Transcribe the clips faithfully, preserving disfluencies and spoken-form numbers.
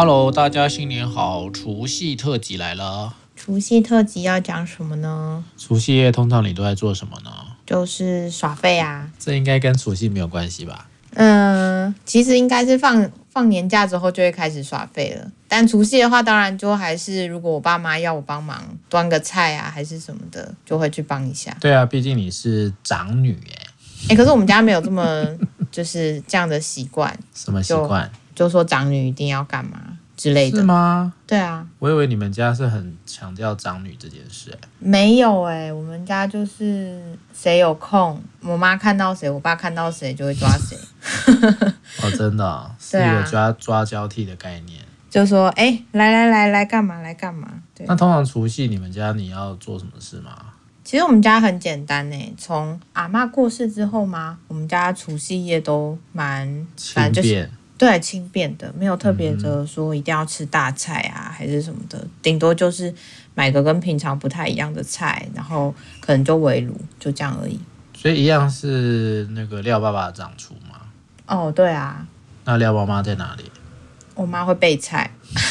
Hello， 大家新年好！除夕特辑来了。 除夕特辑要讲什么呢？ 除夕夜通常你都在做什么呢？ 就是耍废啊。 这应该跟除夕没有关系吧？ 嗯，其实应该是放放年假之后就会开始耍废了。但除夕的话，当然就还是如果我爸妈要我帮忙端个菜啊，还是什么的，就会去帮一下。 对啊，毕竟你是长女耶。 哎，可是我们家没有这么就是这样的习惯。 什么习惯？ 就说长女一定要干嘛之类的。 是吗？ 对啊。 我以为你们家是很强调长女这件事。 没有哎、欸，我们家就是谁有空，我妈看到谁，我爸看到谁就会抓谁。 哦，真的、哦，是一个抓、啊、抓交替的概念。 就说哎、欸，来来来来干嘛来干嘛？对。 那通常除夕你们家你要做什么事吗？ 其实我们家很简单诶、欸，从阿嬷过世之后嘛，我们家除夕夜都蛮轻便。 对，轻便的，没有特别的说一定要吃大菜啊，还是什么的，顶多就是买个跟平常不太一样的菜，然后可能就围炉，就这样而已。 所以一样是那个廖爸爸掌厨吗？ 哦，对啊。 那廖妈妈在哪里？ 我妈会备菜。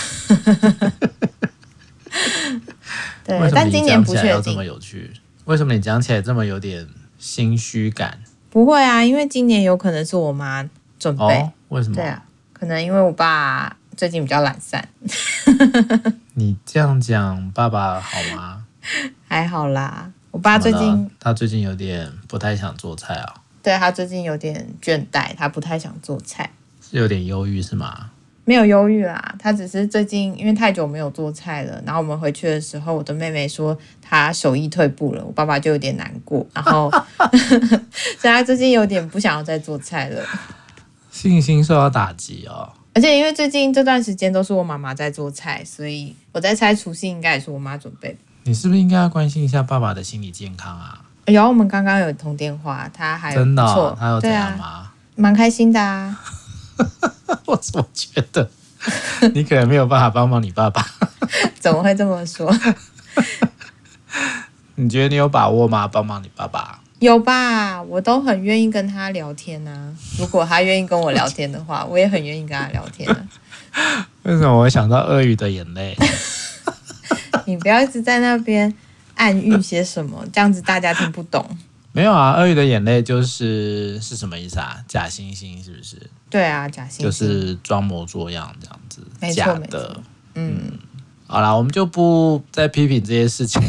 对， 为什么但今年不确定。这定。 么有趣？为什么你讲起来这么有点心虚感？ 不会啊，因为今年有可能是我妈准备。 哦，为什么？ 对啊，可能因为我爸最近比较懒散。 你这样讲，爸爸好吗？ 还好啦，我爸最近他最近有点不太想做菜啊、哦。 对，他最近有点倦怠，他不太想做菜， 是有点忧郁是吗？ 没有忧郁啦，他只是最近因为太久没有做菜了，然后我们回去的时候，我的妹妹说她手艺退步了，我爸爸就有点难过，然后所以他最近有点不想要再做菜了， 信心受到打击哦。 而且因为最近这段时间都是我妈妈在做菜，所以我在猜除夕应该也是我妈准备的。 你是不是应该要关心一下爸爸的心理健康啊？ 有，我们刚刚有通电话，他还不错。 真的、哦？他有怎样吗？ 蛮、啊、开心的啊。 我怎么觉得你可能没有办法帮忙你爸爸？ 怎么会这么说？ 你覺得你有把握嗎？幫忙你爸爸？ 有吧，我都很願意跟他聊天啊。如果他願意跟我聊天的話，我也很願意跟他聊天啊。 為什麼我會想到鱷魚的眼淚？ 你不要一直在那邊暗喻些什麼，這樣子大家聽不懂。 沒有啊，鱷魚的眼淚就是是什麼意思啊？假惺惺是不是？ 對啊，假惺惺就是裝模作樣這樣子， 沒錯假的。 嗯， 嗯好啦，我們就不再批評這些事情。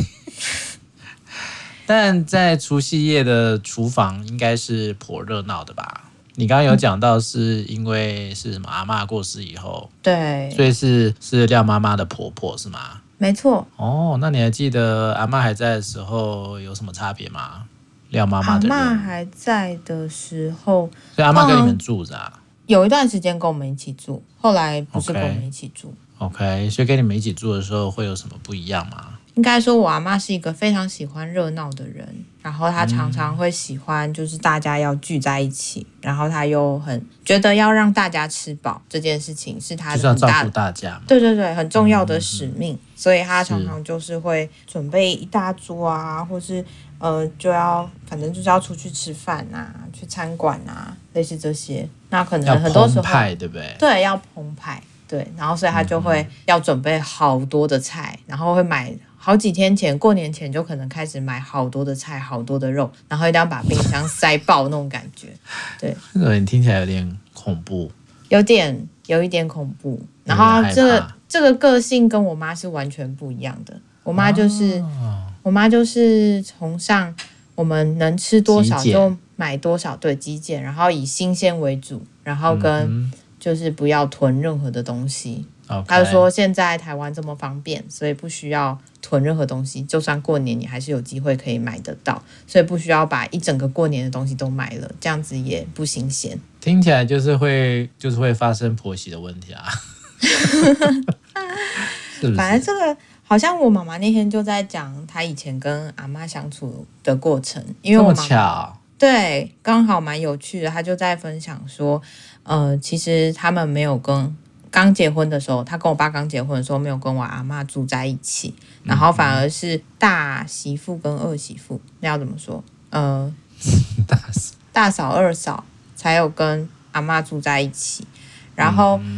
但在除夕夜的廚房應該是頗熱鬧的吧？你剛剛有講到是因為是什麼阿嬷過世以後， 對， 所以是是廖媽媽的婆婆是嗎？ 沒錯。 哦，那你還記得阿嬷還在的時候有什麼差別嗎？廖媽媽的人， 阿嬷還在的時候， 所以阿嬷跟你們住着啊？ 有一段時間跟我們一起住，後來不是跟我們一起住。 OK， 所以跟你們一起住的時候會有什麼不一樣嗎？ 應該說我阿嬷是一個非常喜歡熱鬧的人，然後她常常會喜歡就是大家要聚在一起，嗯、然後她又很覺得要讓大家吃飽這件事情是她很大的， 就是要照顧大家嘛。 對對對，很重要的使命，嗯、所以她常常就是會準備一大桌啊，或是呃就要反正就是要出去吃飯啊，去餐館啊，類似這些。那可能很多時候要澎湃，對不對？ 對，要澎湃，對，然後所以她就會要準備好多的菜，然後會買。好幾天前，過年前就可能開始買好多的菜，好多的肉，然後一定要把冰箱塞爆那種感覺。對， 這個你聽起來有點恐怖， 有點有一點恐怖。然後這個這個個性跟我媽是完全不一樣的。我媽就是、哦、我媽就是崇尚我們能吃多少就買多少，對，極簡，然後以新鮮為主，然後跟就是不要囤任何的東西。 Okay. 他就說現在台灣這麼方便，所以不需要囤任何東西，就算過年你還是有機會可以買得到，所以不需要把一整個過年的東西都買了，這樣子也不新鮮。 聽起來就是會就是會發生婆媳的問題啊。是不是？ 反正這個好像我媽媽那天就在講她以前跟阿嬷相處的過程，因為我媽媽這麼巧， 對，剛好蠻有趣的，她就在分享說，呃，其實他們沒有跟剛結婚的時候，他跟我爸剛結婚的時候沒有跟我阿嬷住在一起，然後反而是大媳婦跟二媳婦，那要怎麼說？呃， 大大嫂二嫂才有跟阿嬷住在一起，然後、嗯、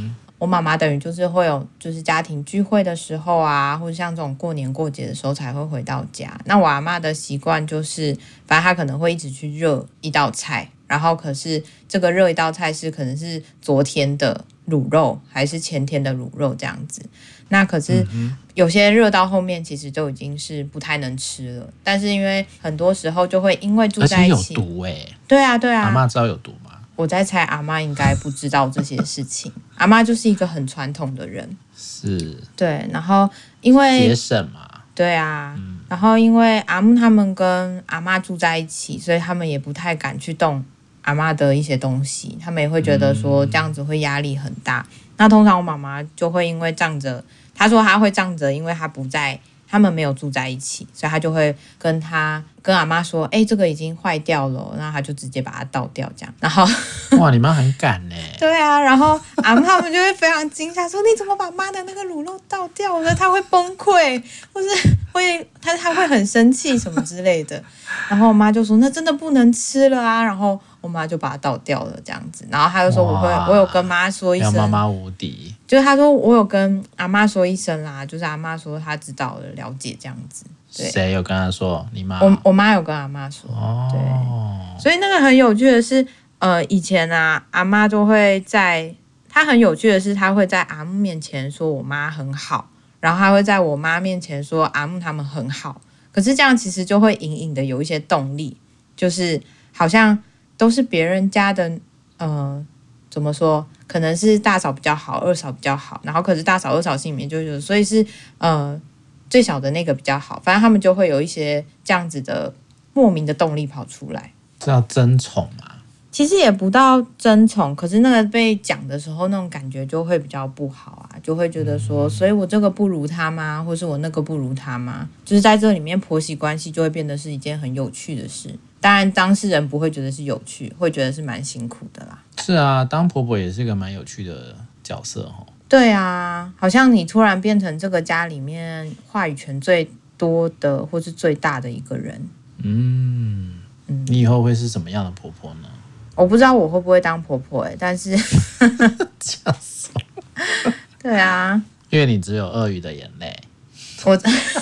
我妈妈等于就是会有就是家庭聚会的时候啊，或者像这种过年过节的时候才会回到家。那我阿嬷的习惯就是，反正她可能会一直去热一道菜，然后可是这个热一道菜是可能是昨天的卤肉还是前天的卤肉这样子。那可是有些热到后面其实就已经是不太能吃了，但是因为很多时候就会因为住在一起， 而且有毒欸。 对啊对啊， 阿嬷知道有毒吗？ 我在猜阿嬷应该不知道这些事情。阿嬷就是一个很传统的人， 是， 对，然后因为节省嘛， 对啊、嗯、然后因为阿姆他们跟阿嬷住在一起，所以他们也不太敢去动阿嬷的一些东西，他们也会觉得说这样子会压力很大、嗯、那通常我妈妈就会因为仗着，她说她会仗着因为她不在，他们没有住在一起，所以她就会跟她跟阿嬷说，哎、欸，这个已经坏掉了，然后她就直接把它倒掉这样。然后哇，你妈很敢呢。 对啊，然后阿嬷他们就会非常惊吓，说你怎么把妈的那个卤肉倒掉了？她会崩溃，或是会她她会很生气什么之类的。然后我妈就说那真的不能吃了啊，然后我妈就把它倒掉了这样子。然后她就说我会我有跟妈说一声， 妈妈无敌， 就是她说我有跟阿嬷说一声啦，就是阿嬷说她知道了，了解这样子。 谁有跟她说？你妈？ 我我妈有跟阿嬷说。哦，对，所以那个很有趣的是，呃，以前啊，阿嬷就会在，她很有趣的是，她会在阿姆面前说我妈很好，然后她会在我妈面前说阿姆他们很好。可是这样其实就会隐隐的有一些动力，就是好像都是别人家的，呃，怎么说？可能是大嫂比较好，二嫂比较好，然后可是大嫂、二嫂心里面就觉得，所以是呃。最小的那个比较好，反正他们就会有一些这样子的莫名的动力跑出来。 这叫争宠吗？ 其实也不到争宠，可是那个被讲的时候，那种感觉就会比较不好啊，就会觉得说，所以我这个不如他吗？或是我那个不如他吗？就是在这里面，婆媳关系就会变得是一件很有趣的事。当然，当事人不会觉得是有趣，会觉得是蛮辛苦的啦。 是啊，当婆婆也是一个蛮有趣的角色哦。 对啊，好像你突然变成这个家里面话语权最多的或是最大的一个人。 嗯嗯，你以后会是什么样的婆婆呢？ 我不知道我会不会当婆婆、欸、但是这样说对啊， 因为你只有鳄鱼的眼泪。 我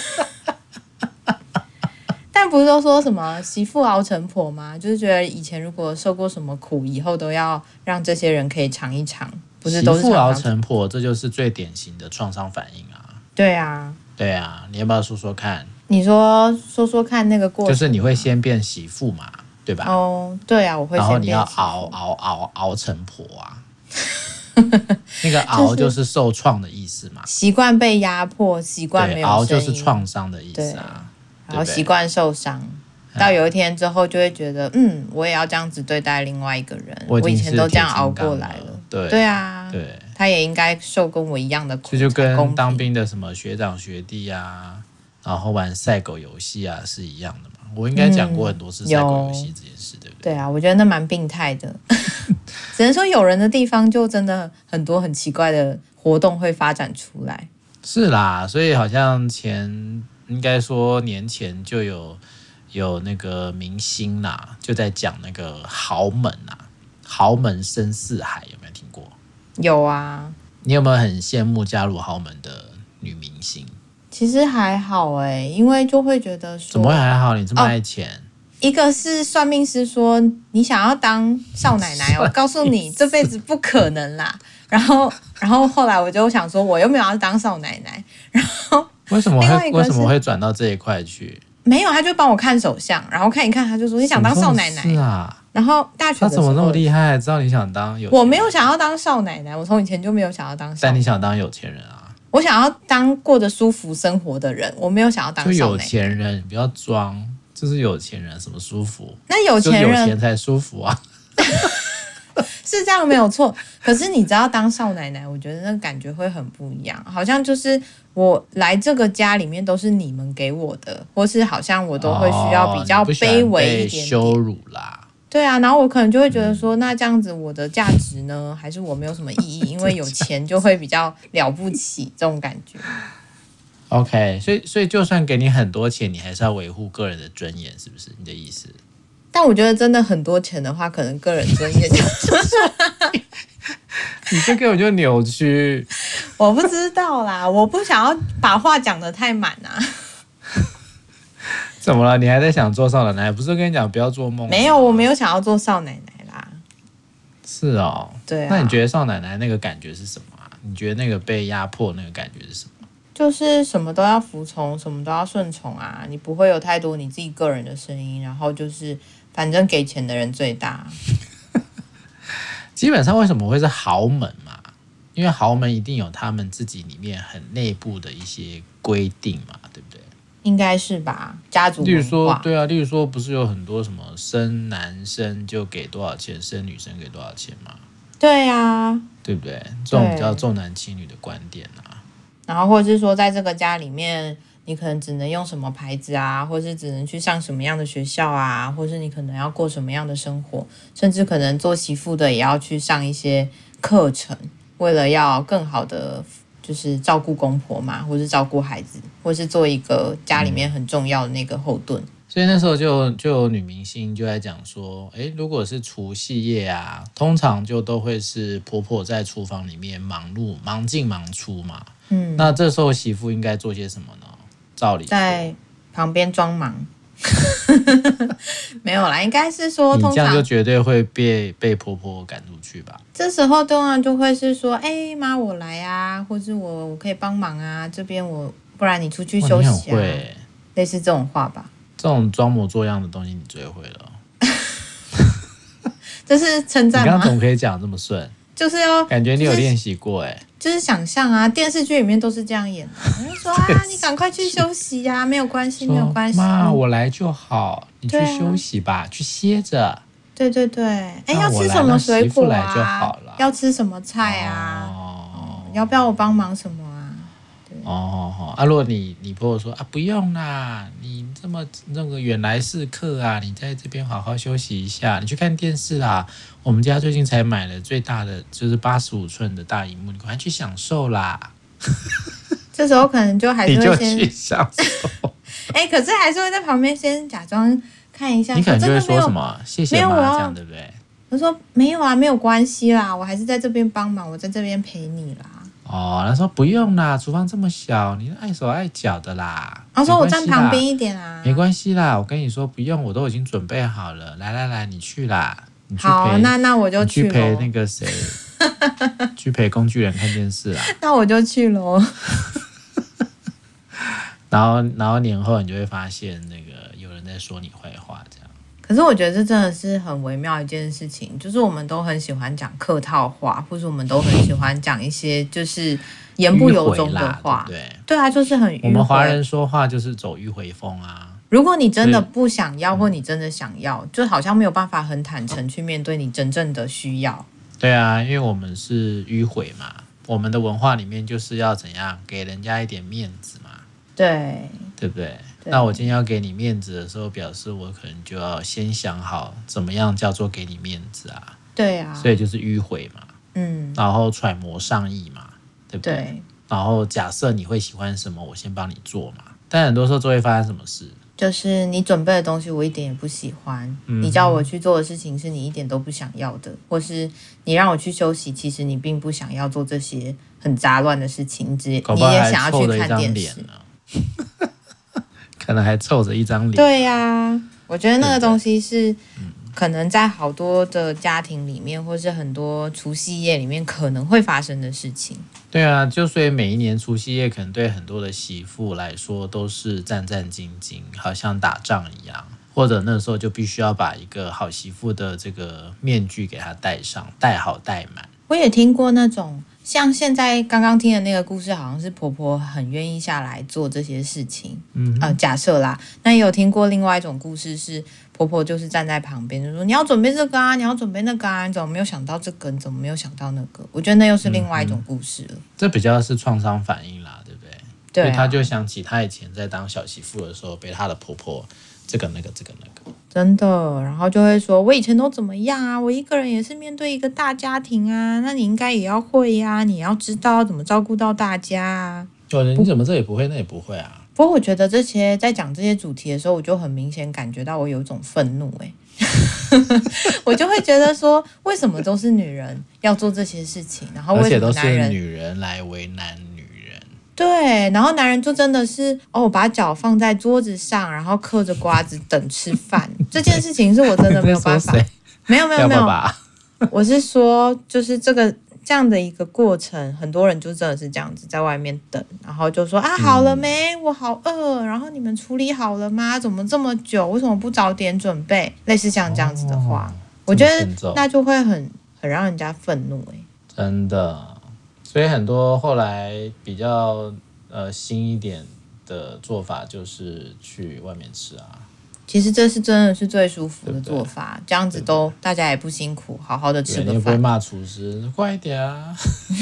但不是都说什么媳妇熬成婆吗？就是觉得以前如果受过什么苦，以后都要让这些人可以尝一尝。不是都是媳妇熬成婆，这就是最典型的创伤反应啊。 对啊， 对啊，你要不要说说看？ 你说说说看那个过程， 就是你会先变媳妇嘛，对吧？ 哦，对啊，我会先变媳妇。然后你要熬熬熬熬成婆啊。那个熬就是受创的意思嘛， 习惯被压迫，习惯没有声音， 熬就是创伤的意思啊。 然后习惯受伤，到有一天之后就会觉得，嗯，我也要这样子对待另外一个人。我以前都这样熬过来了。 对对啊， 对， 他也应该受跟我一样的苦。 这就跟当兵的什么学长学弟啊，然后玩赛狗游戏啊是一样的嘛。我应该讲过很多次赛狗游戏这件事，对不对？ 对啊，我觉得那蛮病态的。只能说有人的地方就真的很多很奇怪的活动会发展出来。 是啦，所以好像前应该说年前就有有那个明星啦，就在讲那个豪门啊，豪门深似海，有没有听过？ 有啊。 你有没有很羡慕加入豪门的女明星？ 其实还好哎、欸，因为就会觉得说， 怎么会还好？你这么爱钱？哦， 一个是算命师说你想要当少奶奶，我告诉你这辈子不可能啦。然后，然后后来我就想说，我又没有要当少奶奶。然后为什么会为什么会转到这一块去？ 没有，他就帮我看手相，然后看一看，他就说你想当少奶奶是啊。 然后大学的时候他怎么那么厉害？知道你想当有钱人？ 我没有想要当少奶奶，我从以前就没有想要当少奶奶。 但你想当有钱人啊？ 我想要当过得舒服生活的人，我没有想要当少奶奶。 就有钱人，你不要装，就是有钱人，什么舒服？ 那有钱人就有钱才舒服啊。 是这样没有错，可是你知道当少奶奶，我觉得那感觉会很不一样，好像就是我来这个家里面都是你们给我的，或是好像我都会需要比较卑微一点点， 哦，羞辱啦。 对啊，然后我可能就会觉得说，嗯、那这样子我的价值呢，还是我没有什么意义，因为有钱就会比较了不起这种感觉。 OK， 所以所以就算给你很多钱，你还是要维护个人的尊严，是不是你的意思？ 但我觉得真的很多钱的话，可能个人尊严就你这根本就扭曲。 我不知道啦，我不想要把话讲得太满啊。 怎么了？你还在想做少奶奶？不是跟你讲不要做梦？ 没有，我没有想要做少奶奶啦。 是哦， 对啊。 那你觉得少奶奶那个感觉是什么啊？你觉得那个被压迫那个感觉是什么？ 就是什么都要服从，什么都要顺从啊，你不会有太多你自己个人的声音，然后就是反正给钱的人最大。 基本上为什么会是豪门嘛？因为豪门一定有他们自己里面很内部的一些规定嘛，对不对？ 应该是吧，家族文化。 例如说，对啊，例如说，不是有很多什么生男生就给多少钱，生女生给多少钱嘛？ 对啊， 对不对？这种比较重男轻女的观点啊。 然后或者是说，在这个家里面，你可能只能用什么牌子啊，或是只能去上什么样的学校啊，或是你可能要过什么样的生活，甚至可能做媳妇的也要去上一些课程，为了要更好的就是照顾公婆嘛，或是照顾孩子，或是做一个家里面很重要的那个后盾。 嗯，所以那时候就就有女明星就在讲说，诶，如果是除夕夜啊，通常就都会是婆婆在厨房里面忙碌忙进忙出嘛。嗯，那这时候媳妇应该做些什么呢？照理说在旁边装忙。没有啦，应该是说通常你这样就绝对会被被婆婆赶出去吧。 这时候当然就会是说，哎妈我来啊，或是我我可以帮忙啊，这边我不然你出去休息啊， 你很会类似这种话吧。 这种装模作样的东西你最会了。 这是称赞吗？ 你刚刚怎么可以讲这么顺？ 就是要感觉你有练习过哎、欸就是，就是想象啊，电视剧里面都是这样演的。我就说啊，你赶快去休息呀、啊，没有关系，没有关系。 妈，我来就好，你去休息吧， 啊、 去歇着。 对对对，哎，要吃什么水果啊？ 就好了。 要吃什么菜啊？哦、要不要我帮忙什么啊？对哦哦啊，如果你你婆婆说啊，不用啦，你这么那个远来是客啊，你在这边好好休息一下，你去看电视啦。我们家最近才买了最大的，就是八十五寸的大萤幕，你赶快去享受啦。 这时候可能就还是会先你就去享受。 哎、欸，可是还是会在旁边先假装看一下。 你可能就会说什么谢谢妈这样，对不对？ 我说没有啊，没有关系啦，我还是在这边帮忙，我在这边陪你啦。 哦，他说不用啦，厨房这么小，你碍手碍脚的啦。 他说我站旁边一点啊， 没关系啦，我跟你说不用，我都已经准备好了。来来来，你去啦，你去陪好，那那我就去去陪那个谁，去陪工具人看电视啦。 那我就去喽。 然后，然后年后你就会发现，那个有人在说你坏话，这样。 可是我觉得这真的是很微妙一件事情，就是我们都很喜欢讲客套话，或者我们都很喜欢讲一些就是言不由衷的话， 对对？ 对啊，就是很迂回。 我们华人说话就是走迂回风啊。 如果你真的不想要，或你真的想要，就好像没有办法很坦诚去面对你真正的需要。 对啊，因为我们是迂回嘛，我们的文化里面就是要怎样给人家一点面子嘛。 对， 对不对？对，那我今天要给你面子的时候，表示我可能就要先想好怎么样叫做给你面子啊。 对啊， 所以就是迂回嘛， 嗯， 然后揣摩上意嘛，对不对？ 对， 然后假设你会喜欢什么，我先帮你做嘛。但很多时候就会发生什么事？ 就是你准备的东西我一点也不喜欢，嗯、你叫我去做的事情是你一点都不想要的，或是你让我去休息，其实你并不想要做这些很杂乱的事情，你只你也想要去看电视。 可能还凑着一张脸。 对呀、啊，我觉得那个东西是可能在好多的家庭里面，或是很多除夕夜里面可能会发生的事情。 对啊，就所以每一年除夕夜，可能对很多的媳妇来说都是战战兢兢，好像打仗一样。或者那时候就必须要把一个好媳妇的这个面具给她戴上，戴好戴满。 我也听过那种。像现在刚刚听的那个故事，好像是婆婆很愿意下来做这些事情，嗯，呃，假设啦，那也有听过另外一种故事，是婆婆就是站在旁边，就说你要准备这个啊，你要准备那个啊，你怎么没有想到这个？你怎么没有想到那个？我觉得那又是另外一种故事了。嗯、 这比较是创伤反应啦，对不对？ 对、啊， 所以她就想起她以前在当小媳妇的时候，被她的婆婆这个那个这个那个。 真的，然后就会说，我以前都怎么样啊？我一个人也是面对一个大家庭啊，那你应该也要会呀、啊，你要知道怎么照顾到大家啊。 有人你怎么这也不会，那也不会啊。 不过我觉得这些在讲这些主题的时候，我就很明显感觉到我有一种愤怒、欸， 我就会觉得说，为什么都是女人要做这些事情，然后为什么男人而且都是女人来为难女人？ 对，然后男人就真的是哦，把脚放在桌子上，然后嗑着瓜子等吃饭。这件事情是我真的没有办法。没有没有没有，我是说，就是这个这样的一个过程，很多人就真的是这样子在外面等，然后就说啊，好了没？我好饿。然后你们处理好了吗？怎么这么久？为什么不早点准备？类似像这样子的话，哦、我觉得那就会很很让人家愤怒哎、欸。 真的。所以很多后来比较呃新一点的做法就是去外面吃啊。 其实这是真的是最舒服的做法，对对，这样子都大家也不辛苦，好好的吃个饭。 你也不会骂厨师，快一点啊！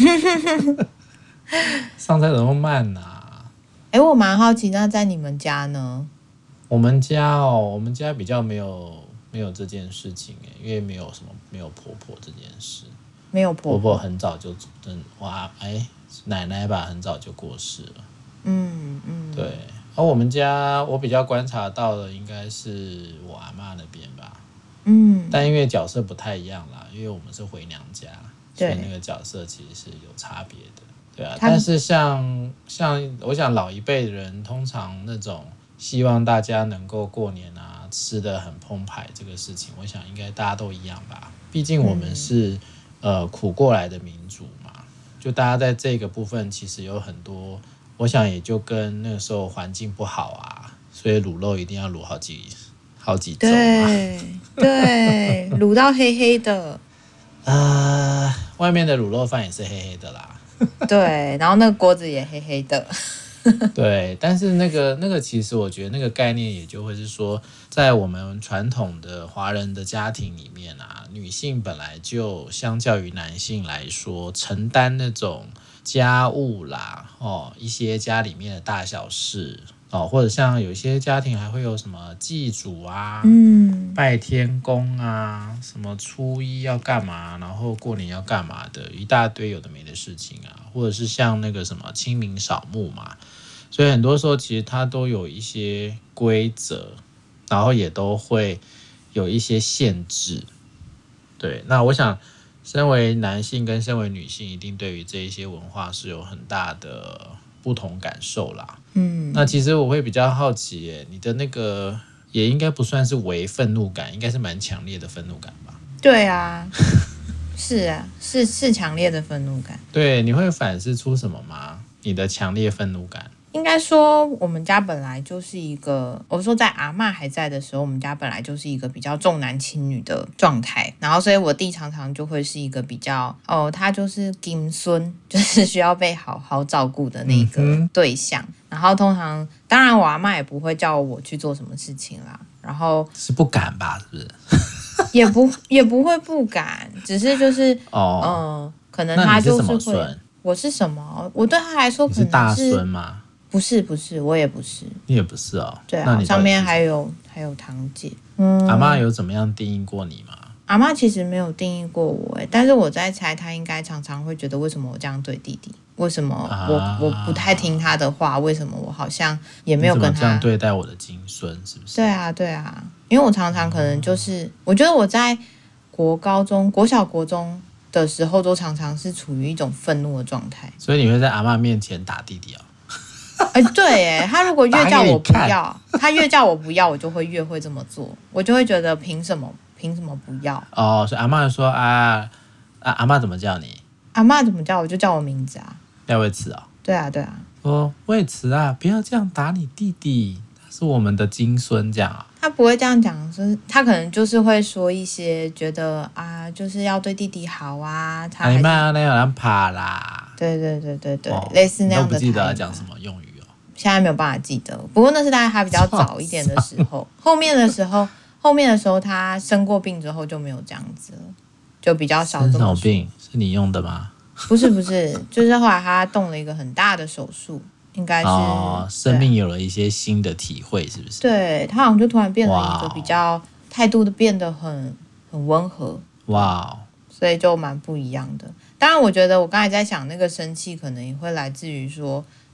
上菜怎么慢啊？ 哎，我蛮好奇，那在你们家呢？ 我们家哦，我们家比较没有没有这件事情哎，因为没有什么没有婆婆这件事。 没有婆婆， 婆婆很早就真哇哎奶奶吧很早就过世了。嗯嗯，对。而我们家我比较观察到的应该是我阿嬷那边吧。嗯，但因为角色不太一样啦，因为我们是回娘家，所以那个角色其实是有差别的。对啊，但是像像我想老一辈的人，通常那种希望大家能够过年啊吃得很澎湃这个事情，我想应该大家都一样吧。毕竟我们是、嗯。呃，苦过来的民族嘛，就大家在这个部分其实有很多，我想也就跟那个时候环境不好啊，所以卤肉一定要卤好几好几周嘛。 对对，卤到黑黑的。 呃，外面的卤肉饭也是黑黑的啦。 对，然后那个锅子也黑黑的。 对，但是那个那个其实我觉得那个概念也就会是说，在我们传统的华人的家庭里面啊，女性本来就相较于男性来说，承担那种家务啦，哦，一些家里面的大小事哦，或者像有些家庭还会有什么祭祖啊，嗯，拜天公啊，什么初一要干嘛，然后过年要干嘛的一大堆有的没的事情啊，或者是像那个什么清明扫墓嘛。所以很多时候其实它都有一些规则，然后也都会有一些限制。对，那我想身为男性跟身为女性一定对于这一些文化是有很大的不同感受啦。嗯，那其实我会比较好奇耶，你的那个也应该不算是微愤怒感，应该是蛮强烈的愤怒感吧？ 对啊，是啊，是是强烈的愤怒感。 对，你会反思出什么吗？你的强烈愤怒感？ 应该说，我们家本来就是一个，我说在阿嬷还在的时候，我们家本来就是一个比较重男轻女的状态。然后，所以我弟常常就会是一个比较，哦，他就是金孙，就是需要被好好照顾的那个对象。嗯、然后，通常当然我阿嬷也不会叫我去做什么事情啦。然后是不敢吧？是不是？ 也不也不会不敢，只是就是哦，嗯、呃，可能他就是会。是我是什么？我对他来说可能是你是大孙吗？ 不是不是，我也不是， 你也不是哦。 对啊，上面还有还有堂姐。嗯， 阿嬷有怎么样定义过你吗？ 阿嬷其实没有定义过我哎，但是我在猜，她应该常常会觉得，为什么我这样对弟弟？为什么我、啊、我不太听他的话？为什么我好像也没有跟他你怎么这样对待我的金孙？是不是？ 对啊对啊，因为我常常可能就是，嗯、我觉得我在国高中、国小、国中的时候，都常常是处于一种愤怒的状态。 所以你会在阿嬷面前打弟弟哦？ 哎，对耶，他如果越叫我不要，他越叫我不要，我就会越会这么做，我就会觉得凭什么，凭什么不要？ 哦，所以阿嬷说啊，啊阿嬷怎么叫你？ 阿嬷怎么叫我就叫我名字啊， 廖卫慈哦。 对啊，对啊。 说卫慈啊，不要这样打你弟弟，他是我们的金孙，这样啊。 他不会这样讲，是他可能就是会说一些觉得啊，就是要对弟弟好啊。他你妈那有人怕啦。 对对对对对，哦、类似那样的。 你都不记得他讲什么用语哦？ 现在没有办法记得，不过那是大概他比较早一点的时候，后面的时候，后面的时候他生过病之后就没有这样子了，就比较少这么说。 生什么病？是你用的吗？ 不是不是，就是后来他动了一个很大的手术，应该是、 哦、生命有了一些新的体会，是不是？ 对，他好像就突然变了一个比较态度的变得很很温和，哇，所以就蛮不一样的。当然，我觉得我刚才在想，那个生气可能也会来自于说，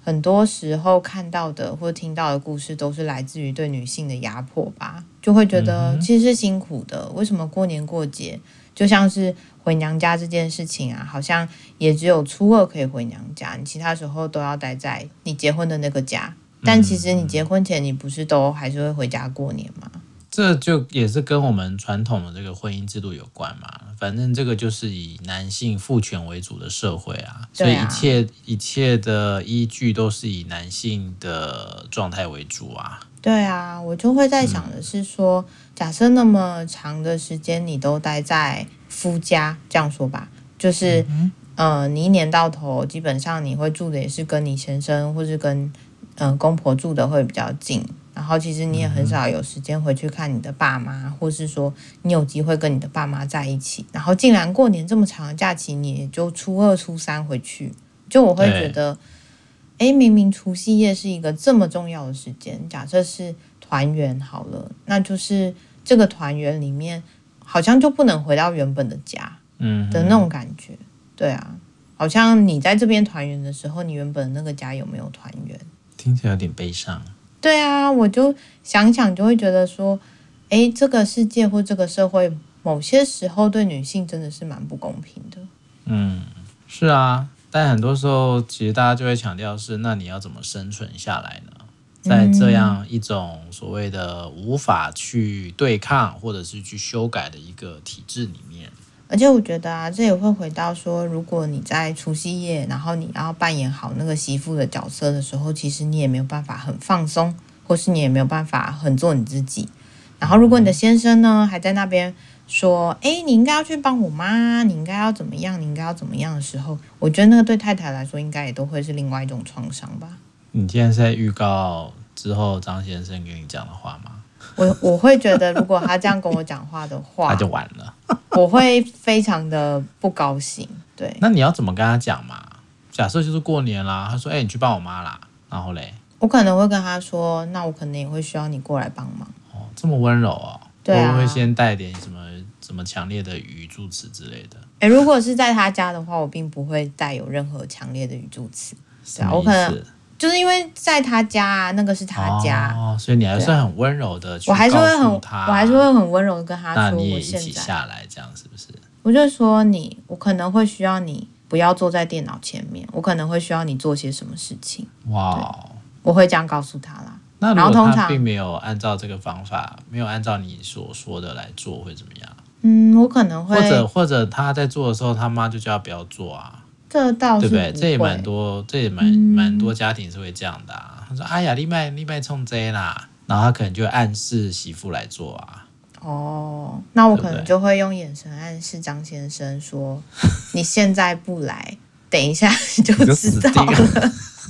很多时候看到的或听到的故事都是来自于对女性的压迫吧，就会觉得其实是辛苦的。为什么过年过节就像是回娘家这件事情啊，好像也只有初二可以回娘家，你其他时候都要待在你结婚的那个家。但其实你结婚前你不是都还是会回家过年吗？ 这就也是跟我们传统的这个婚姻制度有关嘛。反正这个就是以男性父权为主的社会啊，所以一切一切的依据都是以男性的状态为主啊。 对啊，我就会在想的是说，嗯、假设那么长的时间你都待在夫家，这样说吧，就是，嗯、呃，你一年到头基本上你会住的也是跟你先生或是跟嗯、呃、公婆住的会比较近。然后其实你也很少有时间回去看你的爸妈，或是说你有机会跟你的爸妈在一起，然后竟然过年这么长的假期你也就初二初三回去，就我会觉得诶，明明除夕夜是一个这么重要的时间，假设是团圆好了，那就是这个团圆里面好像就不能回到原本的家的那种感觉。对啊，好像你在这边团圆的时候，你原本的那个家有没有团圆？ 听起来有点悲伤。 对啊，我就想想就会觉得说，诶，这个世界或这个社会某些时候对女性真的是蛮不公平的。 嗯，是啊，但很多时候其实大家就会强调是，那你要怎么生存下来呢？在这样一种所谓的无法去对抗或者是去修改的一个体制里面。 而且我觉得啊，这也会回到说，如果你在除夕夜，然后你要扮演好那个媳妇的角色的时候，其实你也没有办法很放松，或是你也没有办法很做你自己。然后如果你的先生呢还在那边说，哎，你应该要去帮我妈，你应该要怎么样，你应该要怎么样的时候，我觉得那个对太太来说应该也都会是另外一种创伤吧。 你现在是在预告之后张先生跟你讲的话吗？ 我我会觉得，如果他这样跟我讲话的话， 他就完了， 我会非常的不高兴。对， 那你要怎么跟他讲嘛？假设就是过年啦，他说：“哎、欸，你去帮我妈啦。”然后嘞， 我可能会跟他说：“那我可能也会需要你过来帮忙。” 哦，这么温柔哦。 对啊， 会不会先带点什么什么强烈的语助词之类的？ 哎，如果是在他家的话，我并不会带有任何强烈的语助词。 什么意思？ 我可能就是因为在他家啊，那个是他家， 哦，所以你还是很温柔的去告诉他，我还是会很， 我还是会很温柔的跟他说， 那你也一起下来，这样是不是？ 我就说你，我可能会需要你不要坐在电脑前面，我可能会需要你做些什么事情。哇，我会这样告诉他啦。 那如果他并没有按照这个方法，没有按照你所说的来做，会怎么样？ 嗯，我可能会， 或者或者他在做的时候，他妈就叫他不要做啊。 这倒是不会， 对不对？这也蛮多，这也蛮蛮、嗯、多家庭是会这样的啊。他说：“哎呀，你卖你卖冲这啦。”然后他可能就会暗示媳妇来做啊。 哦，那我可能就会用眼神暗示张先生说：“你现在不来，等一下你就知道了。”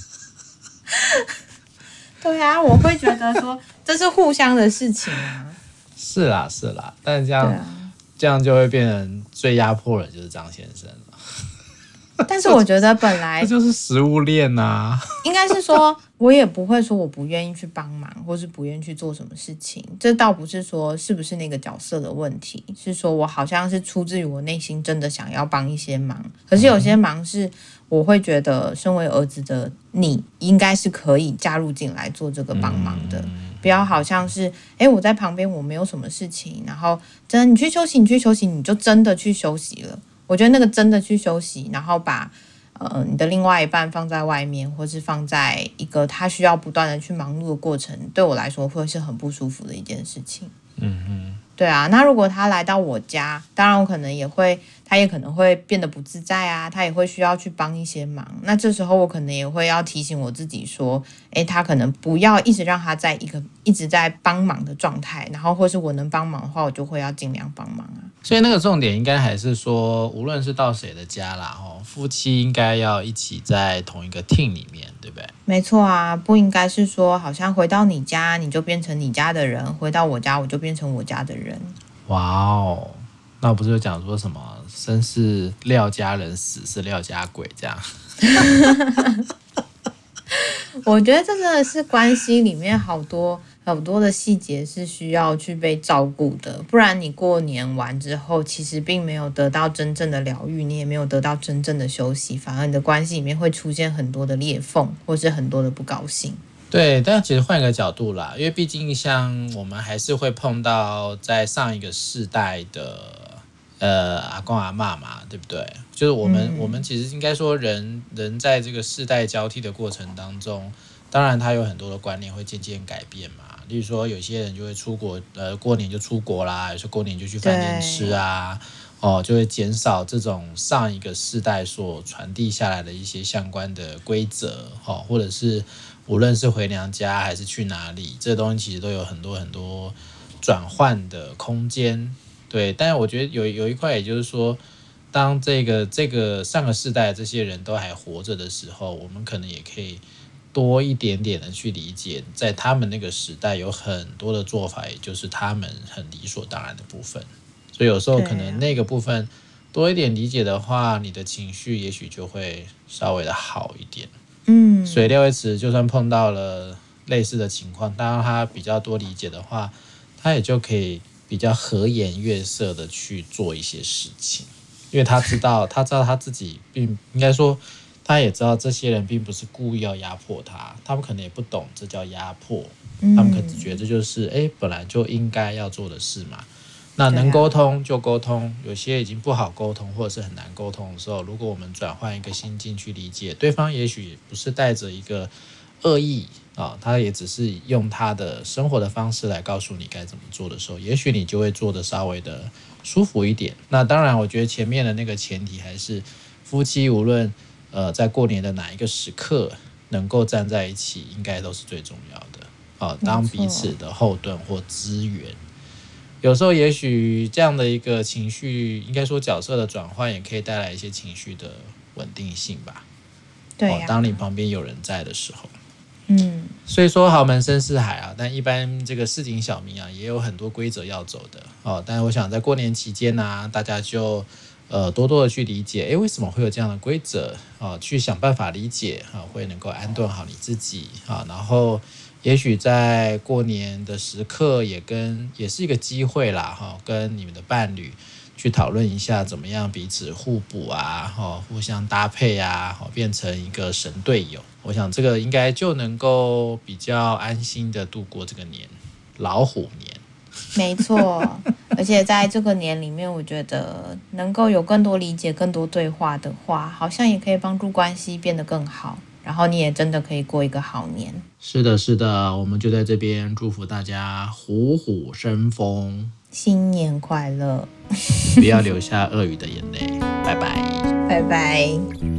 对啊，我会觉得说这是互相的事情啊。 是啦，是啦，但是这样、啊、这样就会变成最压迫人就是张先生了。 但是我觉得本来这就是食物链啊， 应该是说我也不会说我不愿意去帮忙，或是不愿意去做什么事情。这倒不是说是不是那个角色的问题，是说我好像是出自于我内心真的想要帮一些忙。可是有些忙是我会觉得身为儿子的你应该是可以加入进来做这个帮忙的，嗯、不要好像是哎我在旁边我没有什么事情，然后真的你去休息你去休息你就真的去休息了。我觉得那个真的去休息，然后把呃你的另外一半放在外面，或是放在一个他需要不断的去忙碌的过程，对我来说会是很不舒服的一件事情。嗯哼，对啊。那如果他来到我家，当然我可能也会，他也可能会变得不自在啊，他也会需要去帮一些忙。那这时候我可能也会要提醒我自己说，诶，他可能不要一直让他在一个一直在帮忙的状态，然后或是我能帮忙的话，我就会要尽量帮忙啊。 所以那个重点应该还是说，无论是到谁的家啦，夫妻应该要一起在同一个 team 里面，对不对？ 没错啊，不应该是说好像回到你家你就变成你家的人，回到我家我就变成我家的人。 哇哦，那不是有讲说什么生是廖家人，死是廖家鬼这样？我我觉得这真的是关系里面好多很多的细节是需要去被照顾的，不然你过年完之后，其实并没有得到真正的疗愈，你也没有得到真正的休息，反而你的关系里面会出现很多的裂缝，或是很多的不高兴。 对，但其实换一个角度啦，因为毕竟像我们还是会碰到在上一个世代的呃阿公阿嬷嘛，对不对？就是我们、嗯、我们其实应该说人人在这个世代交替的过程当中，当然他有很多的观念会渐渐改变嘛。例如说有些人就会出国，呃，过年就出国啦，有时候过年就去饭店吃啊，哦，就会减少这种上一个世代所传递下来的一些相关的规则，哦，或者是无论是回娘家还是去哪里，这东西其实都有很多很多转换的空间。对，但是我觉得有有一块，也就是说，当这个这个上个世代的这些人都还活着的时候，我们可能也可以多一点点的去理解，在他们那个时代有很多的做法，也就是他们很理所当然的部分。所以有时候可能那个部分多一点理解的话，你的情绪也许就会稍微的好一点。 嗯， 所以廖维慈就算碰到了类似的情况，当然他比较多理解的话，他也就可以比较和颜悦色的去做一些事情，因为他知道他知道他自己并应该说他也知道这些人并不是故意要压迫他，他们可能也不懂这叫压迫，他们可能只觉得这就是哎本来就应该要做的事嘛。那能沟通就沟通，有些已经不好沟通或者是很难沟通的时候，如果我们转换一个心境去理解对方，也许也不是带着一个恶意啊，他也只是用他的生活的方式来告诉你该怎么做的时候，也许你就会做得稍微的舒服一点。那当然我觉得前面的那个前提还是夫妻无论呃在过年的哪一个时刻能够站在一起，应该都是最重要的啊，当彼此的后盾或资源。有时候也许这样的一个情绪，应该说角色的转换，也可以带来一些情绪的稳定性吧。 对啊、哦， 当你旁边有人在的时候， 嗯， 所以说豪门深似海啊，但一般这个市井小民啊，也有很多规则要走的哦。但我想在过年期间呢、啊，大家就呃多多的去理解，哎，为什么会有这样的规则啊？去想办法理解啊，会能够安顿好你自己啊，然后。也许在过年的时刻也跟也是一个机会啦，哈，跟你们的伴侣去讨论一下怎么样彼此互补啊，哈，互相搭配啊，变成一个神队友。我想这个应该就能够比较安心的度过这个年，老虎年。 没错，而且在这个年里面，我觉得能够有更多理解、更多对话的话，好像也可以帮助关系变得更好。然后你也真的可以过一个好年。 是的，是的，我们就在这边祝福大家虎虎生风， 新年快乐， 不要流下鳄鱼的眼泪，拜拜， 拜拜。